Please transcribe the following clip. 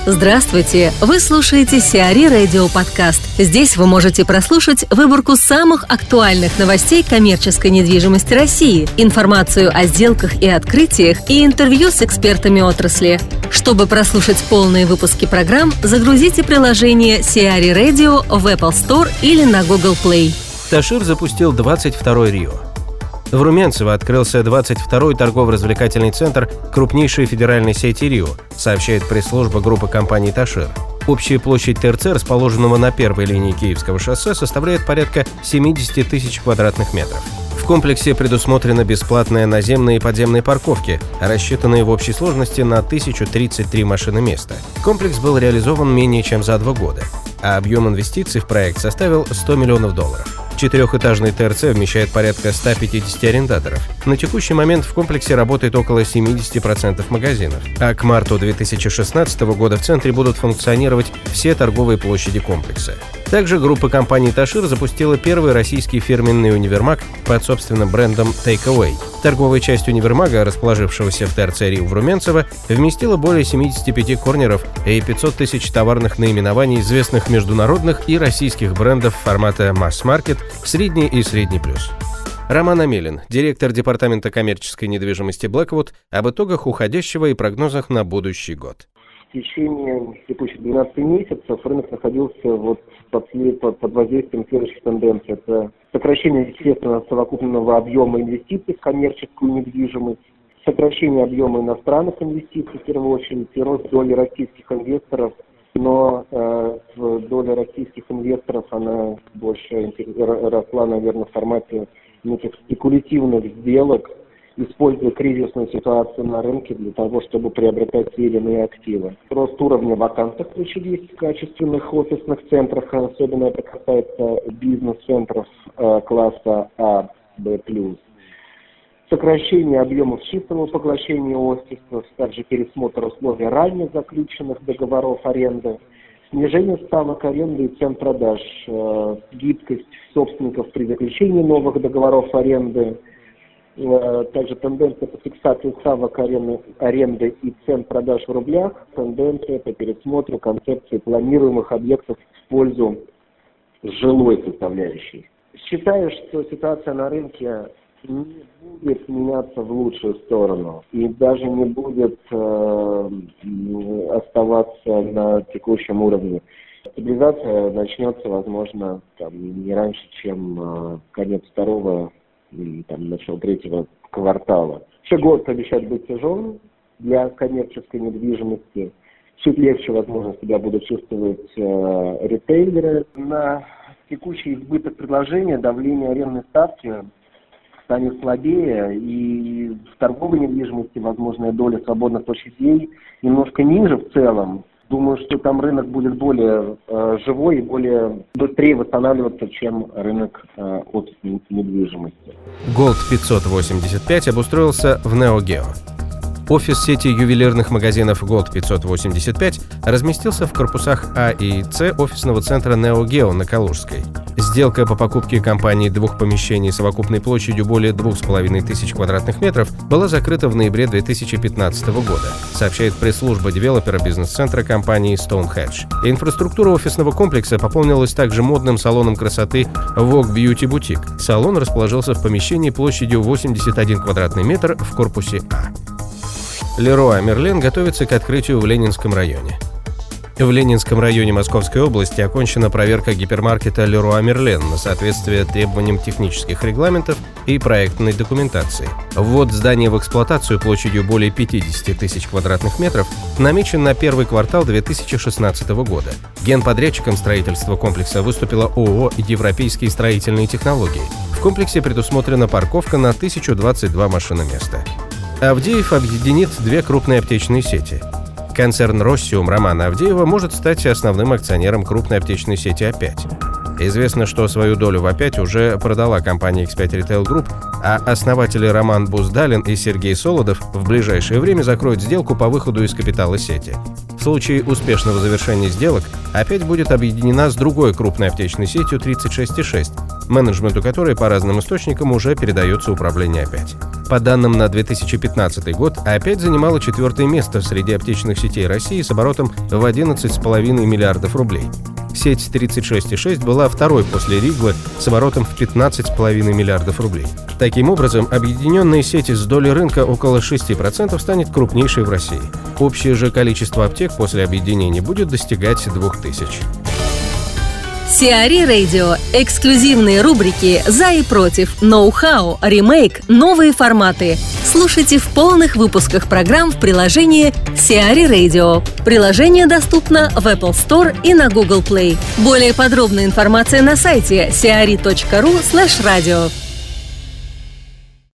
Здравствуйте! Вы слушаете Сиари Радио Подкаст. Здесь вы можете прослушать выборку самых актуальных новостей коммерческой недвижимости России, информацию о сделках и открытиях и интервью с экспертами отрасли. Чтобы прослушать полные выпуски программ, загрузите приложение Сиари Radio в Apple Store или на Google Play. Ташир запустил 22-й Рио. В Румянцево открылся 22-й торгово-развлекательный центр крупнейшей федеральной сети Рио, сообщает пресс-служба группы компаний «Ташир». Общая площадь ТРЦ, расположенного на первой линии Киевского шоссе, составляет порядка 70 тысяч квадратных метров. В комплексе предусмотрены бесплатные наземные и подземные парковки, рассчитанные в общей сложности на 1033 машины места. Комплекс был реализован менее чем за 2 года, а объем инвестиций в проект составил $100 миллионов. Четырехэтажный ТРЦ вмещает порядка 150 арендаторов. На текущий момент в комплексе работает около 70% магазинов, а к марту 2016 года в центре будут функционировать все торговые площади комплекса. Также группа компаний «Ташир» запустила первый российский фирменный универмаг под собственным брендом Takeaway. Торговая часть универмага, расположившегося в ТРЦ Рио в Румянцево, вместила более 75 корнеров и 500 тысяч товарных наименований известных международных и российских брендов формата масс-маркет, средний и средний плюс. Роман Амелин, директор департамента коммерческой недвижимости Blackwood, об итогах уходящего и прогнозах на будущий год. В течение текущих 12 месяцев рынок находился под воздействием следующих тенденций. Это сокращение, естественно, совокупного объема инвестиций в коммерческую недвижимость, сокращение объема иностранных инвестиций, в первую очередь, и рост доли российских инвесторов. Но доля российских инвесторов, она больше росла, наверное, в формате неких спекулятивных сделок, используя кризисную ситуацию на рынке для того, чтобы приобретать те или иные активы. Рост уровня вакантных площадей в качественных офисных центрах, особенно это касается бизнес-центров класса А, Б+. Сокращение объемов чистого поглощения офисов, также пересмотр условий ранее заключенных договоров аренды, снижение ставок аренды и цен продаж, гибкость собственников при заключении новых договоров аренды, также тенденция по фиксации ставок аренды и цен продаж в рублях, тенденция по пересмотру концепции планируемых объектов в пользу жилой составляющей. Считаю, что ситуация на рынке не будет меняться в лучшую сторону и даже не будет оставаться на текущем уровне. Стабилизация начнется, возможно, не раньше, чем конец второго или начало третьего квартала. Еще год обещает быть тяжелым для коммерческой недвижимости. Чуть легче, возможно, себя будут чувствовать ритейлеры. На текущий избыток предложения давление арендной ставки станет слабее, и в торговой недвижимости возможная доля свободных площадей немножко ниже в целом. Думаю, что там рынок будет более живой и более быстрее восстанавливаться, чем рынок офисной недвижимости. Gold 585 обустроился в NeoGeo. Офис сети ювелирных магазинов Gold 585 разместился в корпусах А и С офисного центра NeoGeo на Калужской. Сделка по покупке компании 2 помещений совокупной площадью более 2500 квадратных метров была закрыта в ноябре 2015 года, сообщает пресс-служба девелопера бизнес-центра компании Stonehenge. Инфраструктура офисного комплекса пополнилась также модным салоном красоты Vogue Beauty Boutique. Салон расположился в помещении площадью 81 квадратный метр в корпусе А. Леруа Мерлен готовится к открытию в Ленинском районе. В Ленинском районе Московской области окончена проверка гипермаркета Леруа Мерлен на соответствие требованиям технических регламентов и проектной документации. Ввод здания в эксплуатацию площадью более 50 тысяч квадратных метров намечен на первый квартал 2016 года. Генподрядчиком строительства комплекса выступила ООО «Европейские строительные технологии». В комплексе предусмотрена парковка на 1022 машиноместа. Авдеев объединит 2 крупные аптечные сети. Концерн «Россиум» Романа Авдеева может стать основным акционером крупной аптечной сети А5. Известно, что свою долю в А5 уже продала компания X5 Retail Group, а основатели Роман Буздалин и Сергей Солодов в ближайшее время закроют сделку по выходу из капитала сети. В случае успешного завершения сделок А5 будет объединена с другой крупной аптечной сетью 36,6. менеджменту которой по разным источникам уже передается управление А5. По данным на 2015 год, А5 занимала 4-е место среди аптечных сетей России с оборотом в 11,5 миллиардов рублей. Сеть 36,6 была второй после Риглы с оборотом в 15,5 миллиардов рублей. Таким образом, объединенные сети с долей рынка около 6% станет крупнейшей в России. Общее же количество аптек после объединения будет достигать 2000. Сиари Radio. Эксклюзивные рубрики «За и против», «Ноу-хау», «Ремейк», «Новые форматы». Слушайте в полных выпусках программ в приложении Сиари Radio. Приложение доступно в Apple Store и на Google Play. Более подробная информация на сайте siari.ru/radio.